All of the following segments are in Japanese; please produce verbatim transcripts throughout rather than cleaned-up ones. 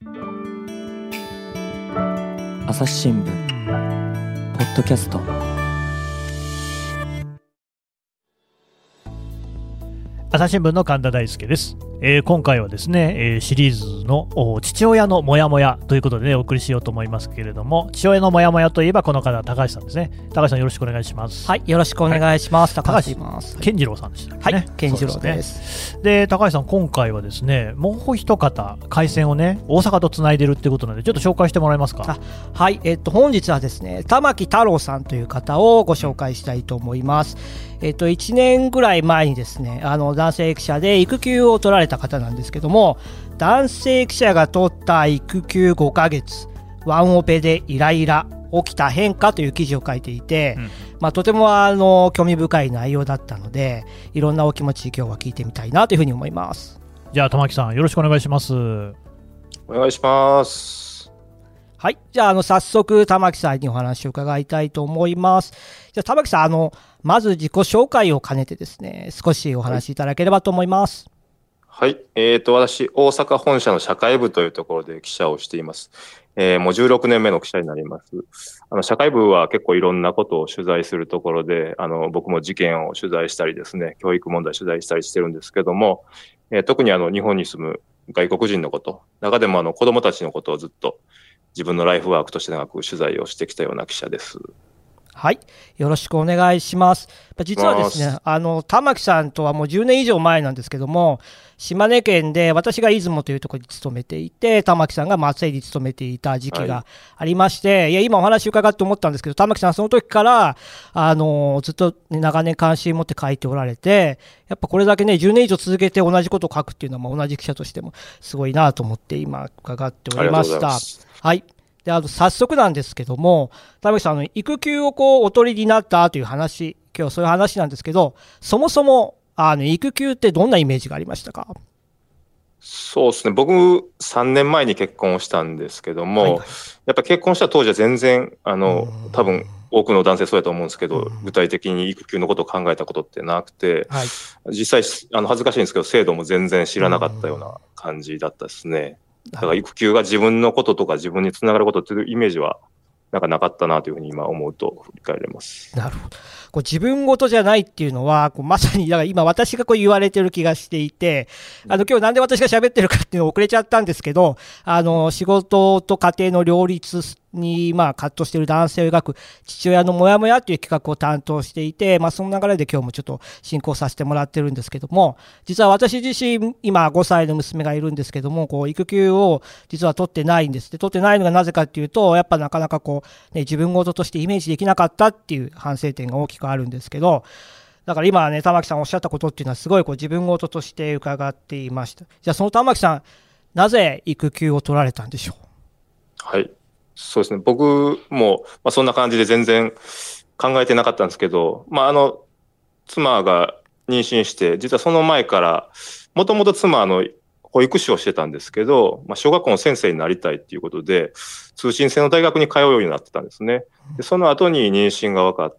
朝日新聞ポッドキャスト。 朝日新聞の神田大輔です。えー、今回はですね、えー、シリーズの父親のモヤモヤということで、ね、お送りしようと思いますけれども、父親のモヤモヤといえばこの方、高橋さんですね。高橋さん、よろしくお願いします。 はい、よろしくお願いします。 はい、高橋健次郎さんでしたね。 はい、健次郎です。 で、高橋さん、今回はですね、もう一方回線をね、大阪とつないでるっていうことなので、ちょっと紹介してもらえますか。 はい、えっと本日はですね、玉木太郎さんという方をご紹介したいと思います。えっといちねんぐらい前にですね、あの男性記者で育休を取られた方なんですけども、男性記者が取った育休ごかげつ、ワンオペでイライラ起きた変化という記事を書いていて、うん、まあ、とてもあの興味深い内容だったので、いろんなお気持ち今日は聞いてみたいなというふうに思います。 じゃあ玉木さん、よろしくお願いします。 お願いします。 はい、じゃあ、あの早速玉木さんにお話を伺いたいと思います。じゃあ玉木さん、あのまず自己紹介を兼ねてですね、少しお話しいただければと思います。 はい、えーと、私、大阪本社の社会部というところで記者をしています。えー、もうじゅうろくねんめの記者になります。あの社会部は結構いろんなことを取材するところで、あの僕も事件を取材したりですね、教育問題取材したりしてるんですけども、えー、特にあの日本に住む外国人のこと、中でもあの子どもたちのことをずっと自分のライフワークとして長く取材をしてきたような記者です。 はい、よろしくお願いします。実はですね、あの玉木さんとはもうじゅうねん以上前なんですけども、島根県で私が出雲というところに勤めていて、玉木さんが松江に勤めていた時期がありまして、はい、いや今お話伺って思ったんですけど、玉木さんその時からあのずっと、ね、長年関心を持って書いておられて、やっぱこれだけねじゅうねん以上続けて同じことを書くっていうのは、まあ、同じ記者としてもすごいなと思って今伺っておりました。はい、であの早速なんですけども、玉木さん、の育休をこうお取りになったという話、今日そういう話なんですけど、そもそもあの育休ってどんなイメージがありましたか？ そうですね、僕さんねんまえに結婚をしたんですけども、はいはい、やっぱ結婚した当時は全然あの多分多くの男性そうやと思うんですけど、具体的に育休のことを考えたことってなくて、はい、実際あの恥ずかしいんですけど制度も全然知らなかったような感じだったですね。だから育休が自分のこととか自分につながることっていうイメージはなんかなかったなというふうに今思うと振り返れます。 なるほど。こう自分事じゃないっていうのはこうまさにだから今私がこう言われてる気がしていて、あの今日なんで私が喋ってるかっていうの遅れちゃったんですけど、あの仕事と家庭の両立にまあ葛藤している男性を描く父親のモヤモヤという企画を担当していて、まあ、その流れで今日もちょっと進行させてもらってるんですけども、実は私自身今ごさいの娘がいるんですけども、こう育休を実は取ってないんです。で取ってないのがなぜかっていうと、やっぱなかなかこう、ね、自分事としてイメージできなかったっていう反省点が大きくあるんですけど、だから今ね玉木さんおっしゃったことっていうのはすごいこう自分事として伺っていました。じゃあその玉木さん、なぜ育休を取られたんでしょう？ はい、そうですね、僕も、まあ、そんな感じで全然考えてなかったんですけど、まあ、あの妻が妊娠して実はその前からもともと妻の保育士をしてたんですけど、まあ、小学校の先生になりたいっていうことで通信制の大学に通うようになってたんですね。でその後に妊娠が分かって、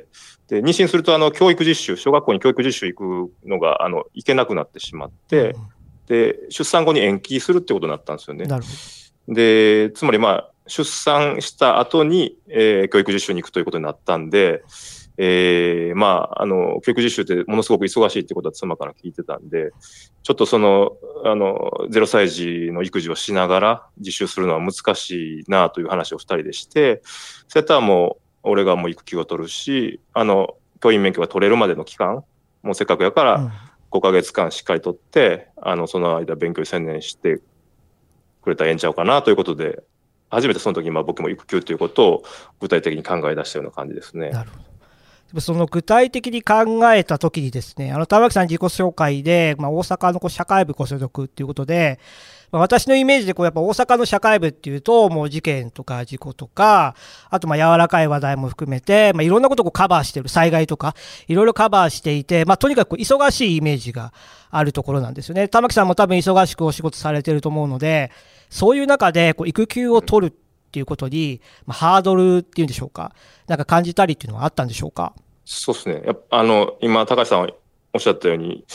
で妊娠するとあの教育実習、小学校に教育実習行くのがあの行けなくなってしまって、で出産後に延期するってことになったんですよね。 なるほど。でつまりまあ出産した後に、えー、教育実習に行くということになったんで、えー、まあ、あの、教育実習ってものすごく忙しいってことは妻から聞いてたんで、ちょっとその、あの、ゼロさい児の育児をしながら実習するのは難しいなという話を二人でして、そうやったらもう、俺がもう育休を取るし、あの、教員免許が取れるまでの期間、もうせっかくやからごかげつかんしっかり取って、うん、あの、その間勉強に専念してくれたらええんちゃうかなということで、初めてその時今僕も育休ということを具体的に考え出したような感じですね。 なるほど。その具体的に考えたときにですね、あの玉木さん自己紹介で、まあ、大阪のこう社会部ご所属っていうことで、まあ、私のイメージでこうやっぱ大阪の社会部っていうともう事件とか事故とか、あとまあ柔らかい話題も含めて、まあ、いろんなことをこうカバーしてる、災害とかいろいろカバーしていて、まあ、とにかく忙しいイメージがあるところなんですよね。玉木さんも多分忙しくお仕事されてると思うので、そういう中でこう育休を取るっていうことに、まあ、ハードルっていうんでしょうか、なんか感じたりっていうのはあったんでしょうか？ そうですね。やっぱあの今高橋さんおっしゃったように、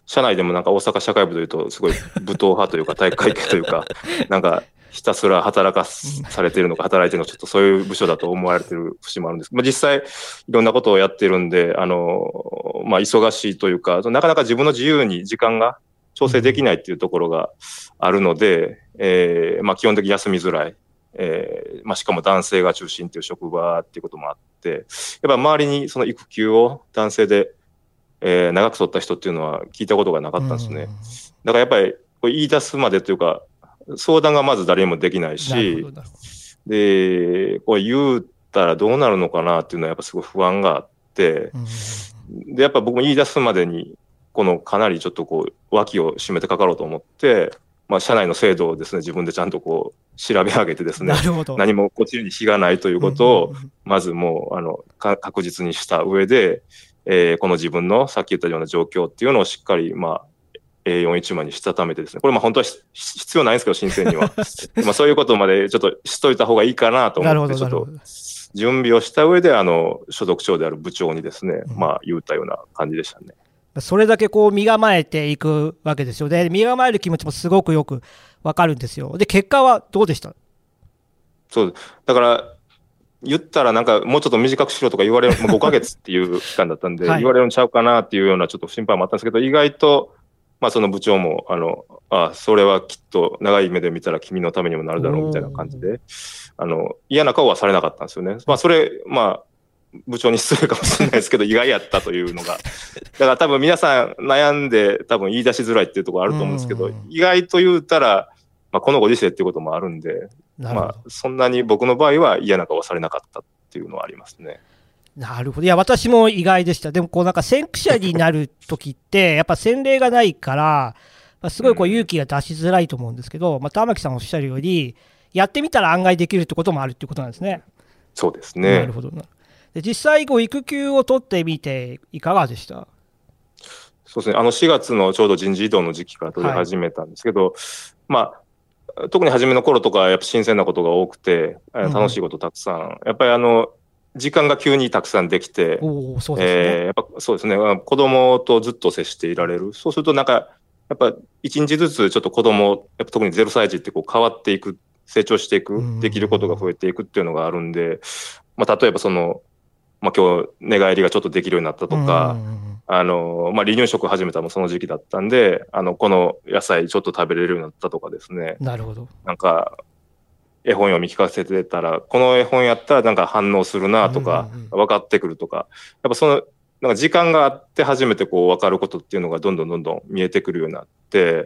社内でもなんか大阪社会部というと、すごい武闘派というか、体育会系というか、なんかひたすら働かされているのか、働いているのか、ちょっとそういう部署だと思われている節もあるんですけど、まあ、実際、いろんなことをやってるんで、あの、まあ、忙しいというか、なかなか自分の自由に時間が調整できないっていうところがあるので、えー、まあ、基本的に休みづらい。えー、まあ、しかも男性が中心っていう職場っていうこともあって、やっぱ周りにその育休を男性で、えー、長く取った人っていうのは聞いたことがなかったんですね。だからやっぱり言い出すまでというか、相談がまず誰にもできないし、で、これ言ったらどうなるのかなっていうのはやっぱすごい不安があって、で、やっぱ僕も言い出すまでに、このかなりちょっとこう脇を締めてかかろうと思って、まあ、社内の制度をですね、自分でちゃんとこう調べ上げてですね、何もこちらに非がないということを、まずもう、あの、確実にした上で、えー、この自分のさっき言ったような状況っていうのをしっかり、まあ、エーよんいち 枚にしたためてですね、これまあ本当は必要ないんですけど、申請には。まあそういうことまでちょっとしといた方がいいかなと思って、ちょっと準備をした上で、あの、所属長である部長にですね、うん、まあ言ったような感じでしたね。 それだけこう身構えていくわけですよね。身構える気持ちもすごくよくわかるんですよ。で、結果はどうでした？ そう、だから、言ったらなんかもうちょっと短くしろとか言われる、もうごかげつっていう期間だったんで、はい、言われるんちゃうかなっていうようなちょっと心配もあったんですけど、意外と、まあその部長も、あの、あ、それはきっと長い目で見たら君のためにもなるだろうみたいな感じで、あの、嫌な顔はされなかったんですよね。まあそれ、まあ、部長に失礼かもしれないですけど、意外やったというのが。だから多分皆さん悩んで多分言い出しづらいっていうところあると思うんですけど、意外と言うたら、まあこのご時世っていうこともあるんで、まあそんなに僕の場合は嫌な顔はされなかったっていうのはありますね。 なるほど。いや、私も意外でした。でも、こうなんか先駆者になるときって、やっぱ先例がないから、まあ、すごいこう勇気が出しづらいと思うんですけど、うん、まあ、玉木さんおっしゃるように、やってみたら案外できるってこともあるっていうことなんですね。 そうですね。 なるほどな。で、実際、こう育休を取ってみて、いかがでした？ そうですね。あのしがつのちょうど人事異動の時期から取り始めたんですけど、はい、まあ、特に初めの頃とか、やっぱ新鮮なことが多くて、楽しいことたくさん、うん、やっぱりあの、時間が急にたくさんできて、 おそうですね、 えー、やっぱそうですね、子供とずっと接していられる。そうするとなんか、やっぱ一日ずつちょっと子供、やっぱ特にゼロさい児ってこう変わっていく、成長していく、できることが増えていくっていうのがあるんで、まあ例えばその、まあ今日寝返りがちょっとできるようになったとか、あの、まあ離乳食始めたのもその時期だったんで、あの、この野菜ちょっと食べれるようになったとかですね。 なるほど。 なんか、絵本読み聞かせてたら、この絵本やったらなんか反応するなとか、分かってくるとか、やっぱその、なんか時間があって初めてこう分かることっていうのがどんどんどんどん見えてくるようになって、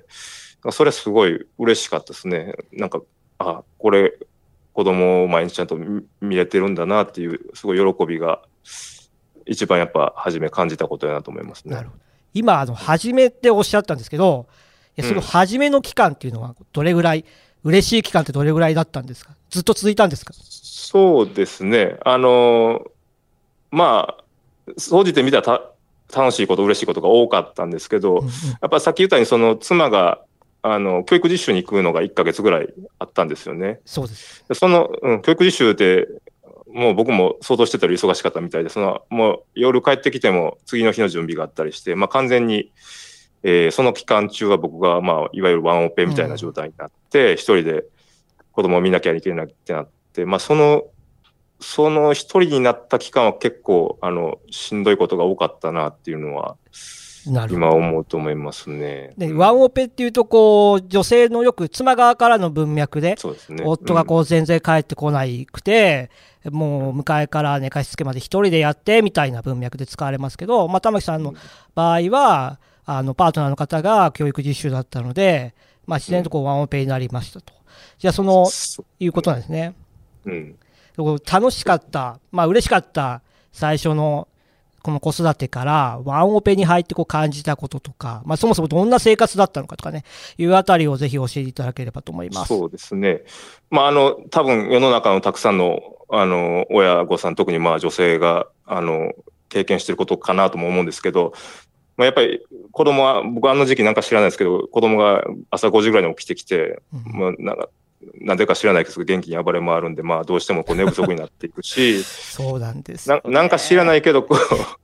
それすごい嬉しかったですね。なんか、あ、これ子供を毎日ちゃんと見れてるんだなっていう、すごい喜びが一番やっぱ初め感じたことやなと思いますね。 なるほど。今、あの、初めっておっしゃったんですけど、いやその初めの期間っていうのはどれぐらい、うん嬉しい期間ってどれぐらいだったんですか？ずっと続いたんですか？ そうですね。あの、まあ、総じて見たらた楽しいこと、嬉しいことが多かったんですけど、うんうん、やっぱさっき言ったように、その妻が、あの、教育実習に行くのがいっかげつぐらいあったんですよね。 そうです。 その、うん、教育実習って、もう僕も想像してたより忙しかったみたいで、その、もう夜帰ってきても次の日の準備があったりして、まあ完全に、えー、その期間中は僕が、まあ、いわゆるワンオペみたいな状態になって、一、うん、人で子供を見なきゃいけないってなって、まあ、その、その一人になった期間は結構、あの、しんどいことが多かったなっていうのは、今思うと思いますね。 で、ワンオペっていうと、こう、女性のよく妻側からの文脈で、 そうですね、 夫がこう全然帰ってこないくて、うん、もう迎えから寝かしつけまで一人でやってみたいな文脈で使われますけど、まあ、玉木さんの場合は、あのパートナーの方が教育実習だったので、まあ、自然とこうワンオペになりましたと。じゃあ、その、いうことなんですね。 うん、 楽しかった、まあ嬉しかった最初のこの子育てからワンオペに入ってこう感じたこととか、まあ、そもそもどんな生活だったのかとかね、いうあたりをぜひ教えていただければと思います。 そうですね。まあ、あの、多分世の中のたくさんの、あの、親御さん、特にまあ女性が、あの、経験していることかなとも思うんですけど、まあ、やっぱり子供は、僕あの時期なんか知らないですけど、子供が朝ごじぐらいに起きてきて、うん、まあ、なんか、なんでか知らないけど元気に暴れ回るんで、まあどうしてもこう寝不足になっていくし、 そうなんです、ね、 な。なんか知らないけど、こう、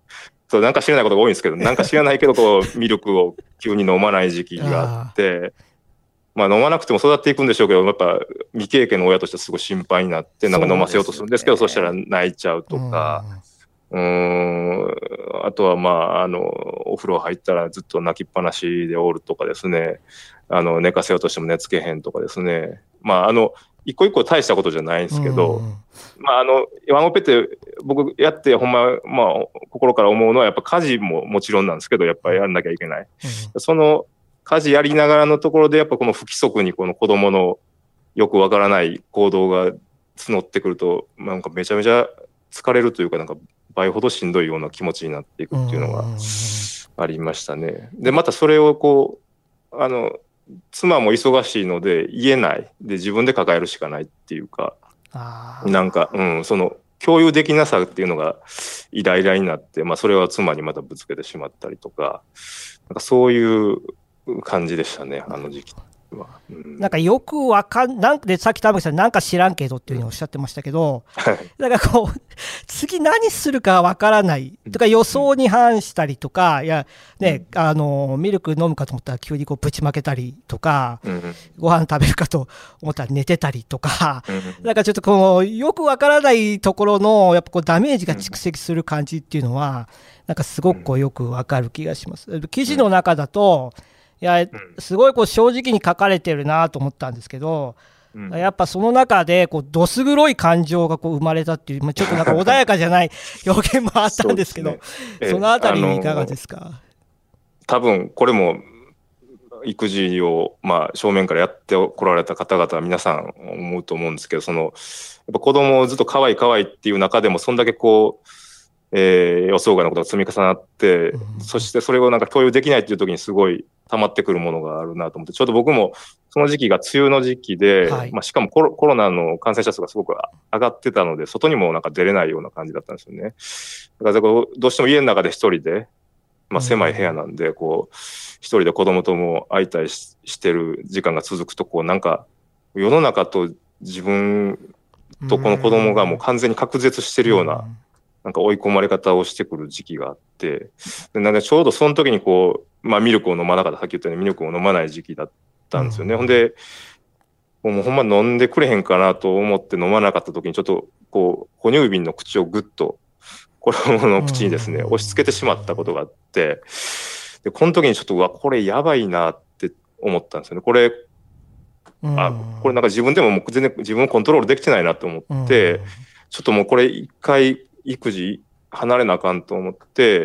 そうなんか知らないことが多いんですけど、なんか知らないけどこうミルクを急に飲まない時期があって、まあ飲まなくても育っていくんでしょうけど、やっぱ未経験の親としてはすごい心配になって、なんか飲ませようとするんですけど、そしたら泣いちゃうとか、うーん、あとはまあ、あの、お風呂入ったらずっと泣きっぱなしでおるとかですね、あの、寝かせようとしても寝つけへんとかですね、まあ、あの、一個一個大したことじゃないんですけど、まあ、あの、ワンオペって僕やってほんま、まあ、心から思うのはやっぱ家事ももちろんなんですけど、やっぱりやんなきゃいけない。うん、その家事やりながらのところでやっぱこの不規則にこの子供のよくわからない行動が募ってくると、なんかめちゃめちゃ疲れるというか、なんか倍ほどしんどいような気持ちになっていくっていうのがありましたね。で、またそれをこう、あの、妻も忙しいので言えないで自分で抱えるしかないっていうか、なんか、うん、その共有できなさっていうのがイライラになって、まあそれは妻にまたぶつけてしまったりとか、なんかそういう感じでしたね、あの時期は。うん、 なんかよくわかんなんでさっき田淵さんなんか知らんけどっていうふうにおっしゃってましたけど、なんかこう次何するかわからないとか予想に反したりとか、いやね、あのミルク飲むかと思ったら急にこうぶちまけたりとか、ご飯食べるかと思ったら寝てたりとか、なんかちょっとこのよくわからないところのやっぱこうダメージが蓄積する感じっていうのはなんかすごくこうよくわかる気がします。記事の中だといやすごいこう正直に書かれてるなと思ったんですけど、うん、やっぱその中でこうどす黒い感情がこう生まれたっていう、まあ、ちょっとなんか穏やかじゃない表現もあったんですけど、 そ, ね、そのあたりいかがですか？ 多分これも育児をまあ正面からやってこられた方々は皆さん思うと思うんですけど、そのやっぱ子供をずっと可愛い可愛いっていう中でもそんだけこうえー、予想外のことが積み重なって、うん、そしてそれをなんか共有できないっていう時にすごい溜まってくるものがあるなと思って、ちょうど僕もその時期が梅雨の時期で、はい、まあ、しかもコロ、コロナの感染者数がすごく上がってたので、外にもなんか出れないような感じだったんですよね。だからどうしても家の中で一人で、まあ、狭い部屋なんで、こう、一人で子供とも相対 し, してる時間が続くと、こうなんか世の中と自分とこの子供がもう完全に隔絶してるような、うんなんか追い込まれ方をしてくる時期があって、でなんかちょうどその時にこう、まあミルクを飲まなかった、さっき言ったようにミルクを飲まない時期だったんですよね。うん、ほんで、もうほんま飲んでくれへんかなと思って飲まなかった時にちょっとこう、哺乳瓶の口をぐっと子供の口にですね、押し付けてしまったことがあって、で、この時にちょっと、うわ、これやばいなって思ったんですよね。これ、あ、これなんか自分でももう全然自分をコントロールできてないなと思って、ちょっともうこれ一回、育児離れなあかんと思って、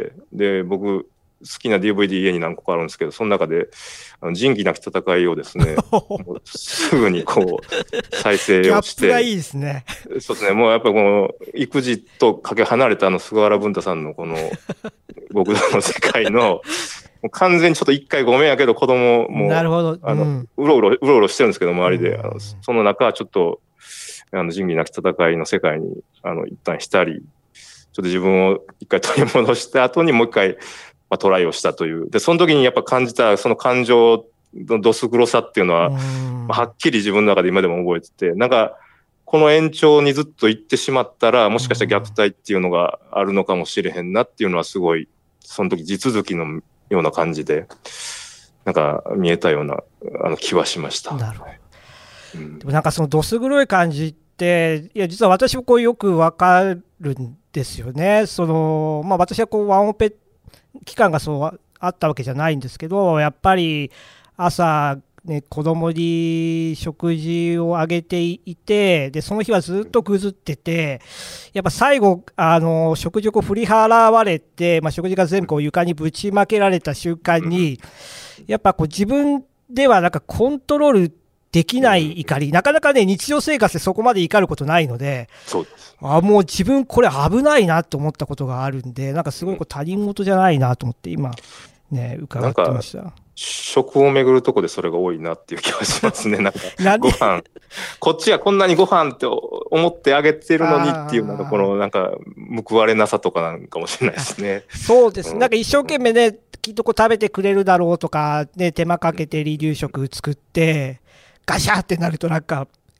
で、僕、好きな ディーブイディー 家に何個かあるんですけど、その中で、あの仁義なき戦いをですね、すぐにこう、再生をして。 ギャップがいいですね。 そうですね、もうやっぱこの、育児とかけ離れたあの菅原文太さんのこの、極道の世界の、もう完全にちょっと一回ごめんやけど、子供も、 なるほど、 あの、うん、うろうろ、うろうろしてるんですけど、周りで、うん、あのその中、ちょっと、あの、仁義なき戦いの世界に、あの、一旦浸り、ちょっと自分を一回取り戻した後にもう一回、まあ、トライをしたという。で、その時にやっぱ感じたその感情のどす黒さっていうのは、まあ、はっきり自分の中で今でも覚えてて、なんか、この延長にずっと行ってしまったら、もしかしたら虐待っていうのがあるのかもしれへんなっていうのはすごい、その時地続きのような感じで、なんか見えたようなあの気はしました。 なるほど。うん、でもなんかそのどす黒い感じって、いや、実は私もこうよくわかるんですよね。そのまあ、私はこうワンオペ期間がそうあったわけじゃないんですけど、やっぱり朝、ね、子供に食事をあげていて、でその日はずっとぐずってて、やっぱ最後あの食事をこう振り払われて、まあ、食事が全部こう床にぶちまけられた瞬間に、やっぱこう自分ではなんかコントロールできない怒り、なかなかね、日常生活でそこまで怒ることないので、 そうです。 あ、もう自分これ危ないなと思ったことがあるんで、なんかすごいこう他人事じゃないなと思って今ね、伺ってました。 食をめぐるとこでそれが多いなっていう気はしますね。なんかご飯こっちはこんなにご飯って思ってあげてるのにっていうなんかこのなんか報われなさとかなんかもしれないですね。 そうです、うん、なんか一生懸命ね、きっとこう食べてくれるだろうとかね、手間かけて離乳食作ってガシャってなるとなんか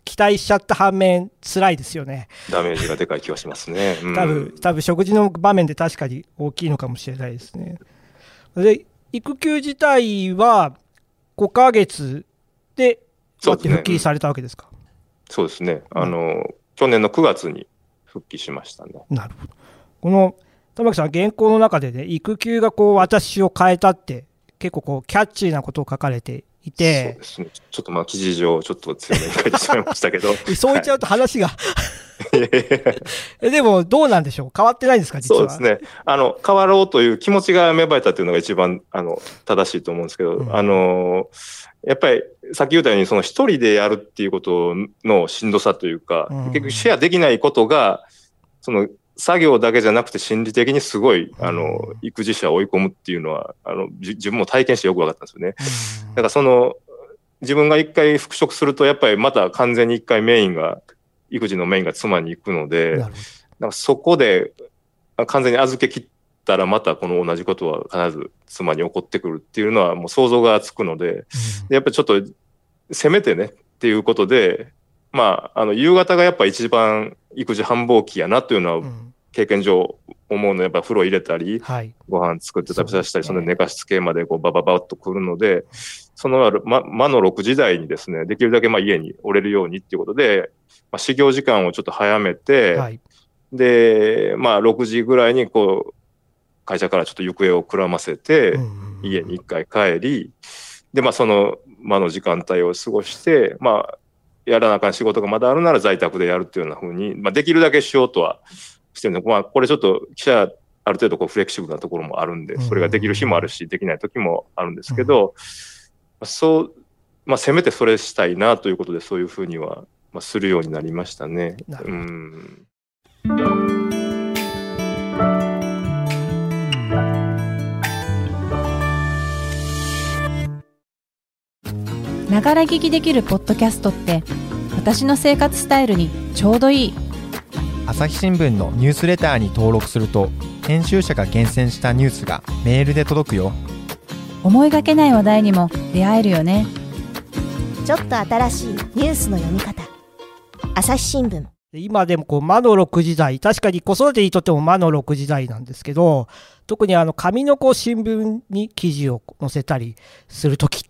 期待しちゃった反面辛いですよね。 ダメージがでかい気がしますね。うん、 多分多分食事の場面で確かに大きいのかもしれないですね。で育休自体はごかげつで復帰されたわけですか？ そうですね、あの、うん、去年のくがつに復帰しましたね。 なるほど。この玉木さん原稿の中でね、育休がこう私を変えたって結構こうキャッチーなことを書かれていて、 そうですね、ちょっとまあ記事上ちょっと強めに書いてしまいましたけどそう言っちゃうと話がでもどうなんでしょう、変わってないんですか？実は。 そうですね、あの変わろうという気持ちが芽生えたというのが一番あの正しいと思うんですけど、うん、あのやっぱりさっき言ったようにその一人でやるっていうことのしんどさというか、うん、結局シェアできないことがその作業だけじゃなくて心理的にすごいあの育児者を追い込むっていうのはあの自分も体験してよく分かったんですよね。だからその自分が一回復職するとやっぱりまた完全に一回メインが育児のメインが妻に行くので、なんかそこで完全に預けきったらまたこの同じことは必ず妻に起こってくるっていうのはもう想像がつくので、でやっぱりちょっとせめてねっていうことで、まあ、あの夕方がやっぱ一番育児繁忙期やなというのは経験上思うので、やっぱ風呂入れたり、はい、ご飯作って食べさせたり、その寝かしつけまでこうバババッと来るので、そのま魔のろくじ台にですね、できるだけまあ家におれるようにっていうことで、まあ、始業時間をちょっと早めて、はい、で、まあろくじぐらいにこう会社からちょっと行方をくらませて、家に一回帰り、で、まあその魔の時間帯を過ごして、まあやらなあかん仕事がまだあるなら在宅でやるっていうような風に、まあ、できるだけしようとはしてるんで、まあ、これちょっと記者ある程度こうフレキシブルなところもあるんで、それができる日もあるし、できない時もあるんですけど、うん、そう、まあ、せめてそれしたいなということで、そういう風には、まあ、するようになりましたね。うん。 ながら聞きできるポッドキャストって私の生活スタイルにちょうどいい。 朝日新聞のニュースレターに登録すると編集者が厳選したニュースがメールで届くよ。 思いがけない話題にも出会えるよね。 ちょっと新しいニュースの読み方、朝日新聞。 今でもこう魔のろくじ台、確かに子育てにとっても魔のろくじ台なんですけど、特にあの紙のこう新聞に記事を載せたりするときって、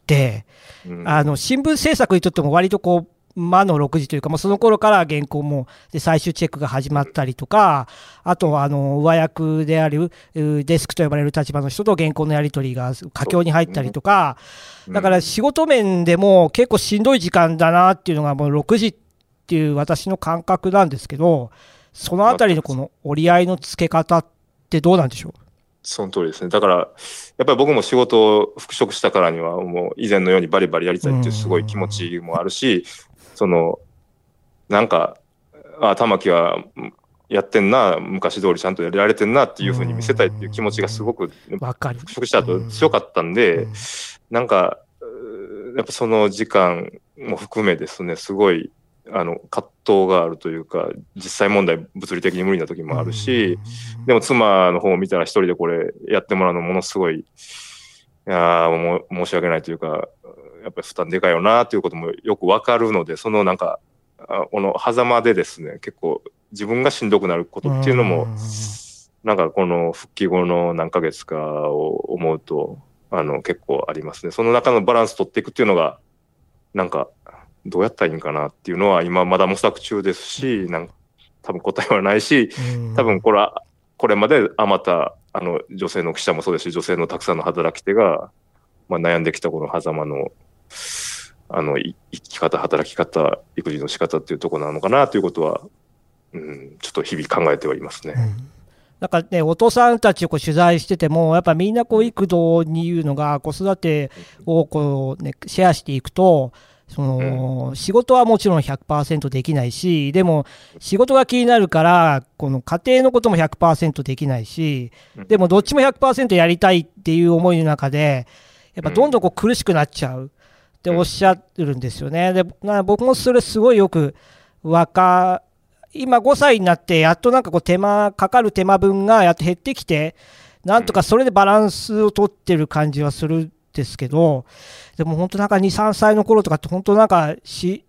うん、あの新聞制作にとっても割とこう魔のろくじというか、まあ、その頃から原稿もで最終チェックが始まったりとか、あとはあの上役であるデスクと呼ばれる立場の人と原稿のやり取りが佳境に入ったりとか、だから仕事面でも結構しんどい時間だなっていうのがもうろくじっていう私の感覚なんですけど、そのあたりのこの折り合いのつけ方ってどうなんでしょう？ その通りですね。だからやっぱり僕も仕事を復職したからにはもう以前のようにバリバリやりたいっていうすごい気持ちもあるし、そのなんかあ玉木はやってんな、昔通りちゃんとやられてんなっていうふうに見せたいっていう気持ちがすごく復職した後強かったんで、なんかやっぱその時間も含めですね、すごいあの葛藤があるというか、実際問題物理的に無理な時もあるし、でも妻の方を見たら一人でこれやってもらうのものすごい、いやもう申し訳ないというか、やっぱり負担でかいよなということもよくわかるので、そのなんかこの狭間でですね、結構自分がしんどくなることっていうのも、なんかこの復帰後の何ヶ月かを思うとあの結構ありますね。その中のバランス取っていくっていうのがなんかどうやったらいいんかなっていうのは今まだ模索中ですし、なんか多分答えはないし、多分これはこれまであまたあの女性の記者もそうですし、女性のたくさんの働き手が、まあ、悩んできたこの狭間のあの生き方、働き方、育児の仕方っていうところなのかなということは、うん、ちょっと日々考えてはいますね。うんなんかね、お父さんたちをこう取材してても、やっぱみんなこう育児にいうのが子育てをこう、ね、シェアしていくと、その仕事はもちろん ひゃくパーセント できないし、でも仕事が気になるからこの家庭のことも ひゃくパーセント できないし、でもどっちも ひゃくパーセント やりたいっていう思いの中でやっぱどんどんこう苦しくなっちゃうっておっしゃるんですよね。で僕もそれすごいよくわか今ごさいになってやっとなんかこう手間かかる手間分がやっと減ってきて、なんとかそれでバランスを取ってる感じはするんですけど、でも本当なんかに、さんさいの頃とかって本当なんかし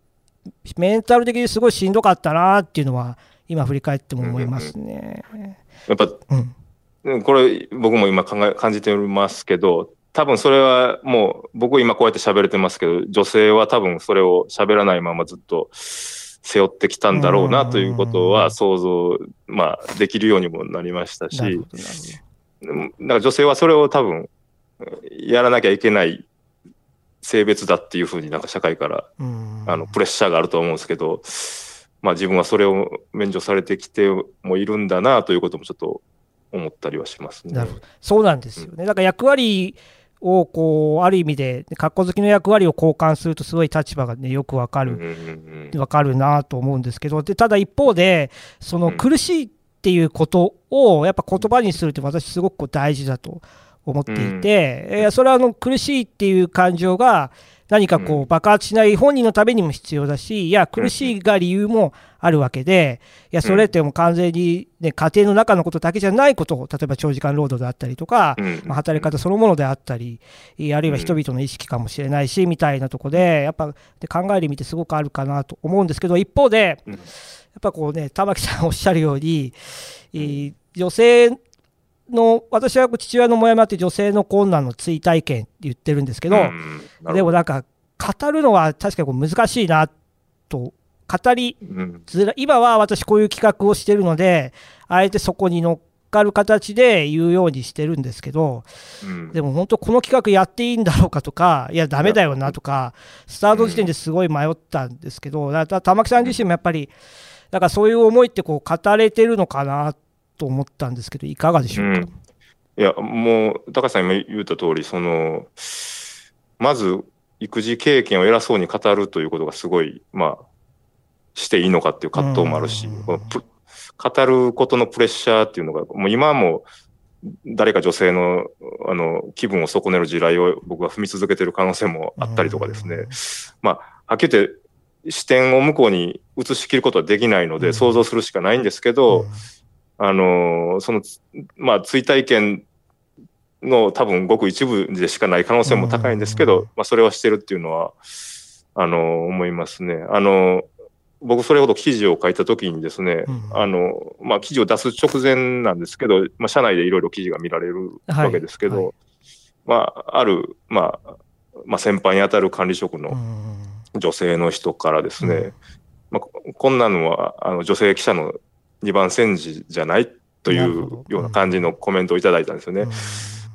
メンタル的にすごいしんどかったなっていうのは、今振り返っても思いますね。 うんうん、やっぱ、うん、これ僕も今考え感じておりますけど、多分それはもう僕今こうやって喋れてますけど、女性は多分それを喋らないままずっと背負ってきたんだろうなということは想像、まあ、できるようにもなりましたし、だから女性はそれを多分やらなきゃいけない性別だっていうふうになんか社会からあのプレッシャーがあると思うんですけど、まあ、自分はそれを免除されてきてもいるんだなということもちょっと思ったりはしますね。 なるほど、そうなんですよね。だから役割をこうある意味でカッコ好きの役割を交換するとすごい立場が、ね、よくわかる、わかるなと思うんですけど、でただ一方でその苦しいっていうことをやっぱ言葉にするって私すごくこう大事だと思っていて、うん、それはあの苦しいっていう感情が何かこう爆発しない本人のためにも必要だし、いや苦しいが理由もあるわけで、いやそれってもう完全に、ね、家庭の中のことだけじゃないことを、例えば長時間労働であったりとか、まあ、働き方そのものであったり、あるいは人々の意識かもしれないしみたいなところでやっぱで考える意味ってすごくあるかなと思うんですけど、一方でやっぱこうね、玉木さんおっしゃるように、女性の私は父親のモヤモヤって女性の困難の追体験って言ってるんですけど、うん、でもなんか語るのは確かにこう難しいなと、語りづらい、今は私こういう企画をしてるのであえてそこに乗っかる形で言うようにしてるんですけど、うん、でも本当この企画やっていいんだろうかとか、いやダメだよなとかスタート時点ですごい迷ったんですけど、だから玉木さん自身もやっぱりだからそういう思いってこう語れてるのかなと思ったんですけど、いかがでしょうか。うん、 いやもう高橋さん今言った通り、そのまず育児経験を偉そうに語るということがすごい、まあ、していいのかっていう葛藤もあるし、この語ることのプレッシャーっていうのがもう今も誰か女性のあの気分を損ねる地雷を僕が踏み続けてる可能性もあったりとかですね、まあはっきり言って視点を向こうに移し切ることはできないので想像するしかないんですけど、あのそのまあ追体験の多分ごく一部でしかない可能性も高いんですけど、まあ、それはしてるっていうのはあの思いますね。あの僕それほど記事を書いた時にですね、うん、あのまあ、記事を出す直前なんですけど、まあ、社内でいろいろ記事が見られるわけですけど、はいはい、まあ、ある、まあまあ、先輩にあたる管理職の女性の人からですね、うん、まあ、こんなのはあの女性記者の二番煎じじゃないというような感じのコメントをいただいたんですよね。うん、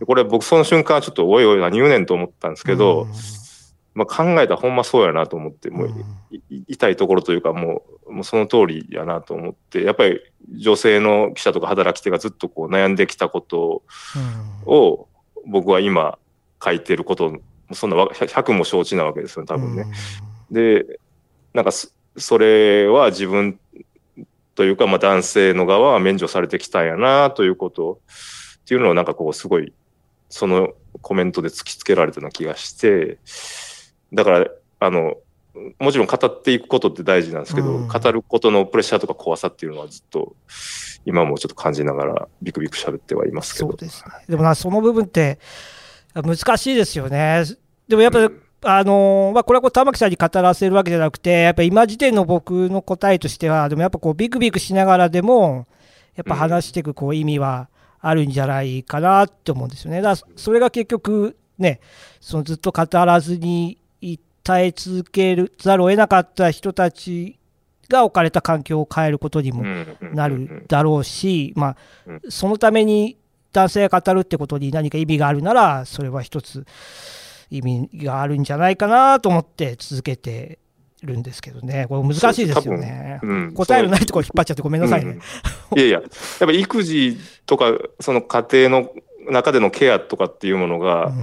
これ僕その瞬間ちょっとおいおい何言うねんと思ったんですけど、うん、まあ、考えたらほんまそうやなと思って、もう痛いところというかもう、もうその通りやなと思って、やっぱり女性の記者とか働き手がずっとこう悩んできたことを僕は今書いてること、そんなひゃくも承知なわけですよ多分ね。で、なんかそれは自分というか、まあ、男性の側は免除されてきたんやなということっていうのをなんかこうすごいそのコメントで突きつけられたような気がして、だからあのもちろん語っていくことって大事なんですけど、うん、語ることのプレッシャーとか怖さっていうのはずっと今もちょっと感じながらビクビク喋ってはいますけど。 そうですね。でもな、その部分って難しいですよね。でもやっぱり、うん、あのまあ、これはこう玉木さんに語らせるわけじゃなくて、やっぱり今時点の僕の答えとしては、でもやっぱこうビクビクしながらでもやっぱ話していくこう意味はあるんじゃないかなって思うんですよね。だからそれが結局ね、そのずっと語らずに耐え続けるざるを得なかった人たちが置かれた環境を変えることにもなるだろうし、まあ、そのために男性が語るってことに何か意味があるなら、それは一つ意味があるんじゃないかなと思って続けてるんですけどね。これ難しいですよね。うん、答えのないところ引っ張っちゃってごめんなさいね。 うん、いやいや、やっぱり育児とかその家庭の中でのケアとかっていうものが、うん、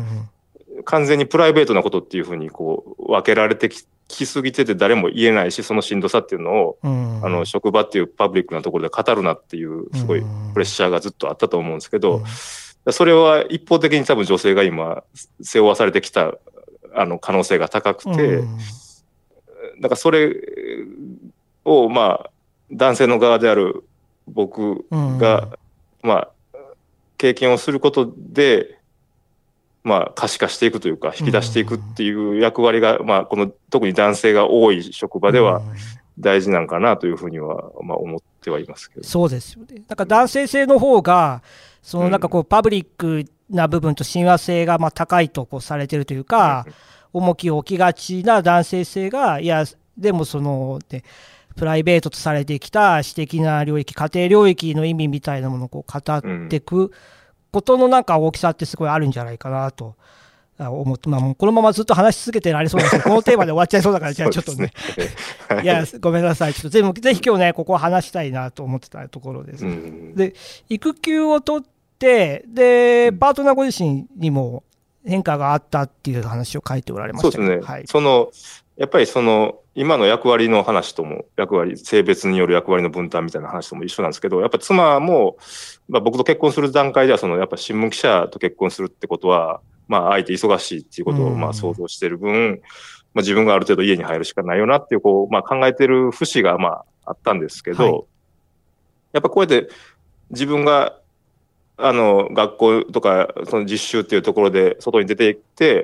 完全にプライベートなことっていうふうにこう分けられてききすぎてて誰も言えないし、そのしんどさっていうのを、うん、あの職場っていうパブリックなところで語るなっていうすごいプレッシャーがずっとあったと思うんですけど、うん、それは一方的に多分女性が今背負わされてきたあの可能性が高くて、うん、だからそれをまあ男性の側である僕が、うん、まあ経験をすることで、 まあ、可視化していくというか、引き出していくっていう役割が、まあ、この特に男性が多い職場では大事なんかなというふうには、まあ、思ってはいますけど。 そうですよね。なんか男性性の方が、そのなんかこうパブリックな部分と親和性がまあ高いとこうされてるというか、重きを置きがちな男性性が、いや、でもその、ね、プライベートとされてきた私的な領域、家庭領域の意味みたいなものをこう語っていくことのなんか大きさってすごいあるんじゃないかなと思って、まあ、もうこのままずっと話し続けてられそうなんですけど、このテーマで終わっちゃいそうだから、じゃあちょっとね、いや、ごめんなさい、ちょっとぜひ、ぜひ今日ね、ここは話したいなと思ってたところです。で、育休を取って、で、パートナーご自身にも変化があったっていう話を書いておられましたけど。 そうですね。 はい、 そのやっぱりその今の役割の話とも、役割、性別による役割の分担みたいな話とも一緒なんですけど、やっぱ妻も、まあ、僕と結婚する段階では、そのやっぱ新聞記者と結婚するってことは、まあ、相手忙しいっていうことをまあ想像している分、まあ、自分がある程度家に入るしかないよなっていう、こう、まあ、考えてる節がまああったんですけど、はい、やっぱこうやって自分があの学校とかその実習っていうところで外に出ていって、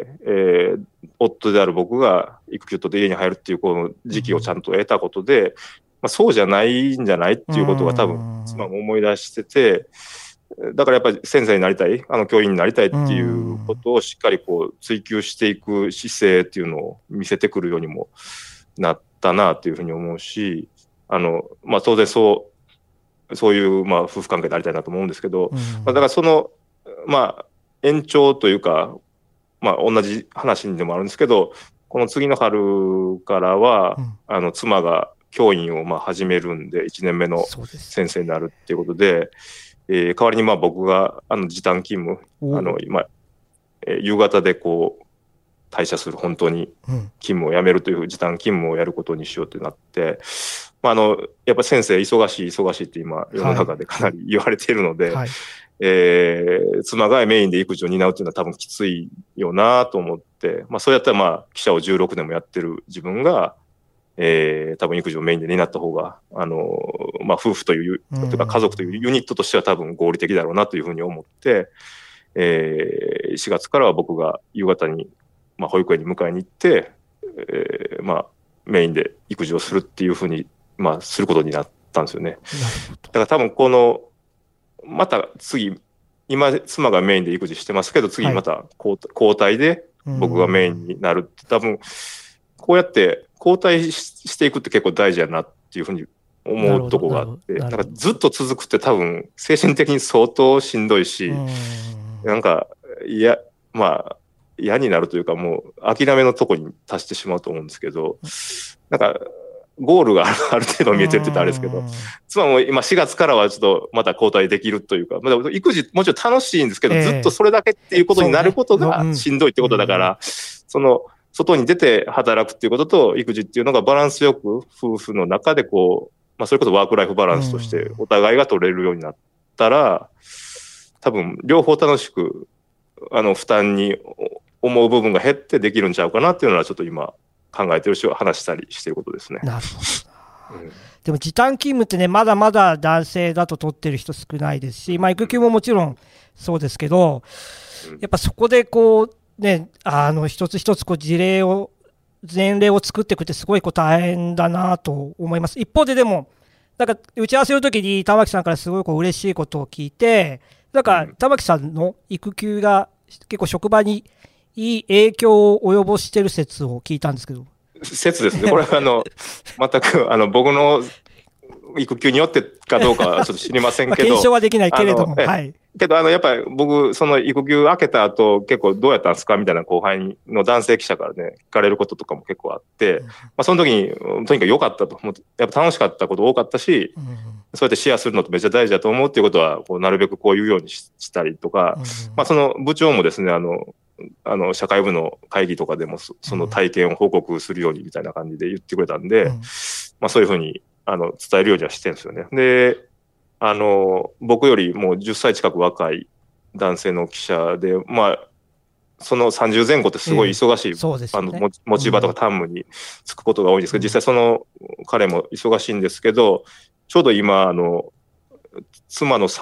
えー、夫である僕が育休取って家に入るっていうこの時期をちゃんと得たことで、まあ、そうじゃないんじゃないっていうことが多分妻も思い出してて、だからやっぱり先生になりたい、あの教員になりたいっていうことをしっかりこう追求していく姿勢っていうのを見せてくるようにもなったなというふうに思うし、あの、まあ、当然そうそういうまあ夫婦関係でありたいなと思うんですけど、うん、まあ、だからそのまあ延長というか、まあ同じ話にでもあるんですけど、この次の春からは、うん、あの妻が教員をまあ始めるんでいちねんめの先生になるっていうことで、えー、代わりにまあ僕があの時短勤務、あの今、えー、夕方でこう退社する本当に勤務を辞めるという時短勤務をやることにしようってなって。まあ、あのやっぱ先生忙しい忙しいって今世の中でかなり言われているので、はいはい、えー、妻がメインで育児を担うっていうのは多分きついよなと思って、まあ、そうやったらまあ記者をじゅうろくねんもやってる自分が、えー、多分育児をメインで担った方があの、まあ、夫婦という、というか家族というユニットとしては多分合理的だろうなというふうに思って、えー、しがつからは僕が夕方に、まあ、保育園に迎えに行って、えー、まあメインで育児をするっていうふうにまあ、することになったんですよね。だから多分このまた次今妻がメインで育児してますけど次また交代で僕がメインになるって多分こうやって交代していくって結構大事やなっていうふうに思うとこがあってなんかずっと続くって多分精神的に相当しんどいしなんかいやまあ嫌になるというかもう諦めのとこに達してしまうと思うんですけどなんかゴールがある程度見えてるって言ったらあれですけど、妻も今しがつからはちょっとまた交代できるというか、まあ、育児もちろん楽しいんですけど、えー、ずっとそれだけっていうことになることがしんどいってことだから、その外に出て働くっていうことと育児っていうのがバランスよく夫婦の中でこう、まあ、それこそワークライフバランスとしてお互いが取れるようになったら、多分両方楽しくあの負担に思う部分が減ってできるんちゃうかなっていうのはちょっと今考えてるし話したりしてることですね。 なるほど、うん、でも時短勤務ってねまだまだ男性だと取ってる人少ないですし、まあ、育休ももちろんそうですけど、うん、やっぱそこでこうねあの一つ一つこう事例を前例を作っていくってすごいこう大変だなと思います。一方ででもなんか打ち合わせの時に玉木さんからすごいこう嬉しいことを聞いてなんか玉木さんの育休が結構職場にいい影響を及ぼしてる説を聞いたんですけど。 説ですね。これはあの全くあの僕の育休によってかどうかはちょっと知りませんけど、まあ検証はできないけれども、 はい。けどあのやっぱり僕その育休明けた後結構どうやったんですかみたいな後輩の男性記者からね聞かれることとかも結構あって、うん、まあその時にとにかく良かったと、やっぱ楽しかったこと多かったし、うん、そうやってシェアするのってめっちゃ大事だと思うっていうことはこうなるべくこう言うようにしたりとか、うん、まあその部長もですねあの。あの社会部の会議とかでも そ, その体験を報告するようにみたいな感じで言ってくれたんで、うんまあ、そういうふうにあの伝えるようにはしてるんですよね。であの僕よりもうじゅっさい近く若い男性の記者で、まあ、そのさんじゅうぜん後ってすごい忙しい、えーね、あの持ち場とか担務に就くことが多いんですけど、うん、実際その彼も忙しいんですけどちょうど今あの妻の産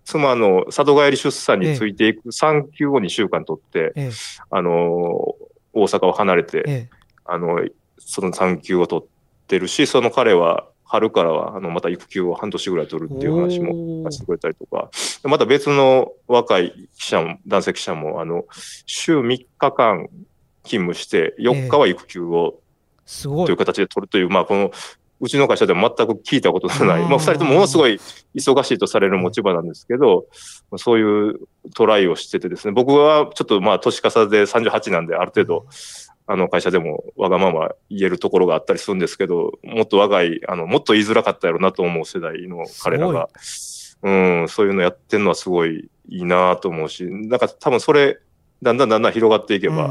妻の里帰り出産についていく産休をにしゅうかん取って、ええ、あの、大阪を離れて、ええ、あの、その産休を取ってるし、その彼は春からは、あの、また育休を半年ぐらい取るっていう話もしてくれたりとか、また別の若い記者も、男性記者も、あの、週みっかかん勤務して、よっかは育休を、 すごい。 という形で取るという、まあ、この、うちの会社でも全く聞いたことのない、まあ、二人ともものすごい忙しいとされる持ち場なんですけど、そういうトライをしててですね、僕はちょっとまあ、年重でさんじゅうはちなんで、ある程度、あの会社でもわがまま言えるところがあったりするんですけど、もっと若い、あの、もっと言いづらかったやろうなと思う世代の彼らが、うん、そういうのやってるのはすごいいいなと思うし、なんか多分それ、だんだんだんだん広がっていけば、うん、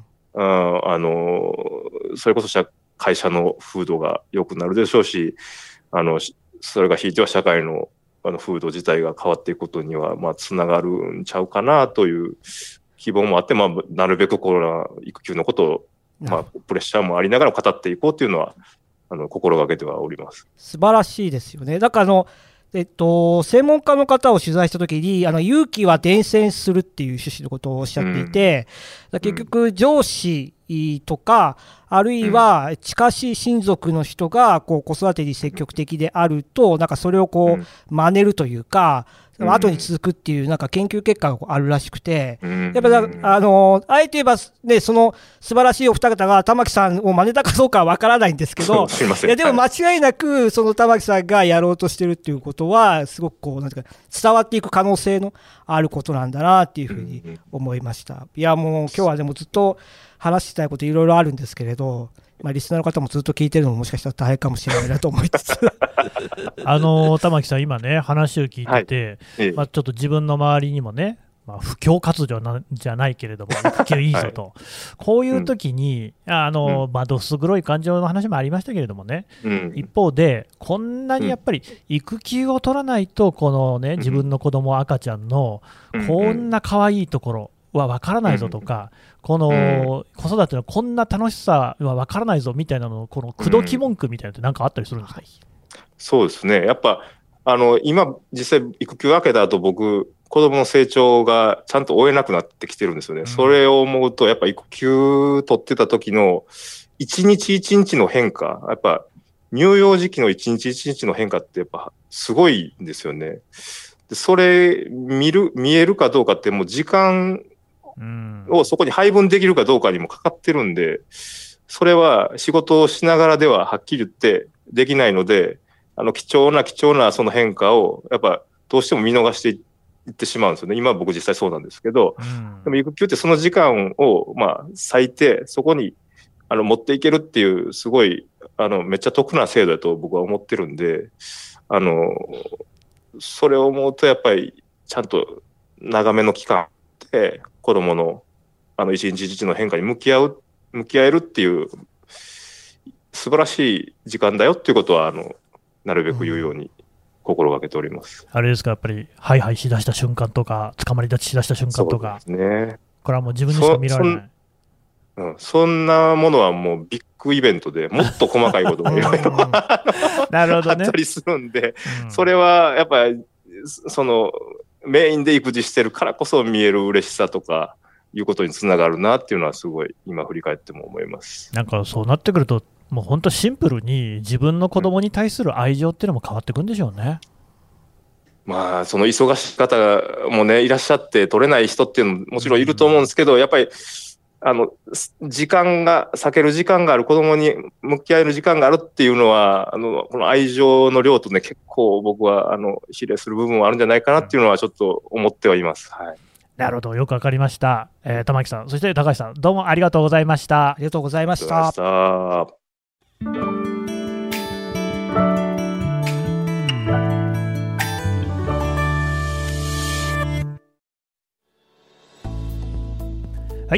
あの、それこそ社会社の風土が良くなるでしょうし、あの、それがひいては社会のあの風土自体が変わっていくことには、まあ、つながるんちゃうかなという希望もあって、まあ、なるべくコロナ育休のことを、まあ、プレッシャーもありながら語っていこうというのは、あの、心がけてはおります。 素晴らしいですよね。だからあの、えっと、専門家の方を取材したときに、あの、勇気は伝染するっていう趣旨のことをおっしゃっていて、うん、結局、上司とか、あるいは近しい親族の人がこう子育てに積極的であると、なんかそれをこう真似るというか、後に続くっていうなんか研究結果があるらしくて、やっぱりあのあえて言えばね、その素晴らしいお二方が玉木さんを真似たかどうかは分からないんですけど、いやでも間違いなくその玉木さんがやろうとしてるっていうことはすごくこうなんていうか伝わっていく可能性のあることなんだなっていうふうに思いました。いやもう今日はでもずっと話したいこといろいろあるんですけれど、まあ、リスナーの方もずっと聞いてるのももしかしたら大変かもしれないなと思いつつあの玉木さん今ね話を聞いてて、はい、まあ、ちょっと自分の周りにもね、まあ、布教活動なじゃないけれども育休いいぞと、はい、こういう時に、うん、あの、まあ、どす黒い感情の話もありましたけれどもね、うん、一方でこんなにやっぱり育休を取らないとこのね自分の子供赤ちゃんのこんな可愛いところは分からないぞとか、この子育てのこんな楽しさは分からないぞみたいなの、この口説き文句みたいなのって何かあったりするんですか？ そうですね、やっぱあの今、実際、育休明けた後僕、子供の成長がちゃんと追えなくなってきてるんですよね、うん、それを思うと、やっぱ育休取ってた時の一日一日の変化、やっぱ乳幼児期の一日一日の変化って、やっぱすごいんですよね。でそれ見る、見えるかどうかって、もう時間をそこに配分できるかどうかにもかかってるんで、それは仕事をしながらでははっきり言ってできないので、あの貴重な貴重なその変化をやっぱどうしても見逃していってしまうんですよね。今僕実際そうなんですけど、うん、でも育休ってその時間をまあ割いてそこにあの持っていけるっていうすごいあのめっちゃ得な制度だと僕は思ってるんで、あのそれを思うとやっぱりちゃんと長めの期間で子供のあの一日一日の変化に向き合う向き合えるっていう素晴らしい時間だよっていうことはあのなるべく言うように心がけております。 うん、あれですか、やっぱりハイハイしだした瞬間とか捕まり立ちしだした瞬間とか、 そうですね、これはもう自分にしか見られない。 そ, そ,、うん、そんなものはもうビッグイベントでもっと細かいことがいろいろあったりするんで、うん、それはやっぱりそのメインで育児してるからこそ見える嬉しさとかいうことにつながるなっていうのはすごい今振り返っても思います。 なんかそうなってくるともう本当シンプルに自分の子供に対する愛情っていうのも変わってくるんでしょうね。 うん、まあその忙しい方もねいらっしゃって取れない人っていうのももちろんいると思うんですけど、うん、やっぱりあの時間が避ける時間がある、子供に向き合える時間があるっていうのはあのこの愛情の量とね結構僕はあの比例する部分はあるんじゃないかなっていうのはちょっと思ってはいます。はい、 なるほど、よくわかりました。えー、玉木さん、そして高橋さん、どうもありがとうございました。 ありがとうございました。 はい、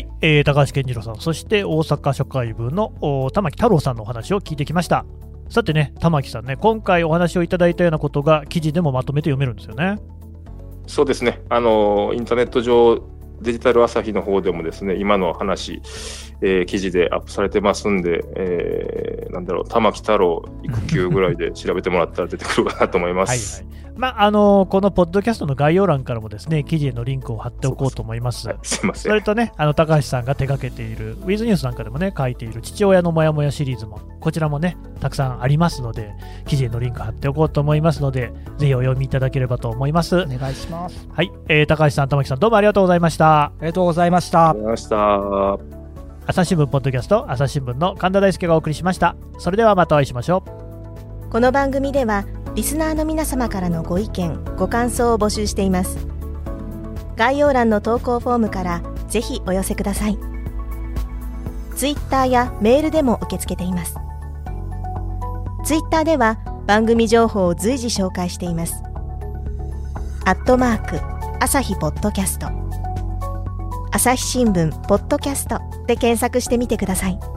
えー、高橋健次郎さん、そして大阪社会部の玉木太郎さんのお話を聞いてきました。さてね、玉木さんね、今回お話をいただいたようなことが記事でもまとめて読めるんですよね。 そうですね、あのインターネット上デジタル朝日の方でもですね今の話、えー、記事でアップされてますんで、えー、なんだろう玉木太郎育休ぐらいで調べてもらったら出てくるかなと思います。 はい、はい、 まあ、あのこのポッドキャストの概要欄からもですね記事へのリンクを貼っておこうと思います。 はい、すいません。 それとね、あの高橋さんが手掛けているウィズニュースなんかでもね書いている父親のモヤモヤシリーズもこちらもねたくさんありますので、記事へのリンク貼っておこうと思いますので、ぜひお読みいただければと思います。 お願いします。 はい、えー、高橋さん、玉木さん、どうもありがとうございました。 ありがとうございました。 ありがとうございました。 朝日新聞ポッドキャスト、朝日新聞の神田大輔がお送りしました。それではまたお会いしましょう。この番組ではリスナーの皆様からのご意見ご感想を募集しています。概要欄の投稿フォームからぜひお寄せください。ツイッターやメールでも受け付けています。ツイッターでは番組情報を随時紹介しています。アットマーク朝日ポッドキャスト、朝日新聞ポッドキャストで検索してみてください。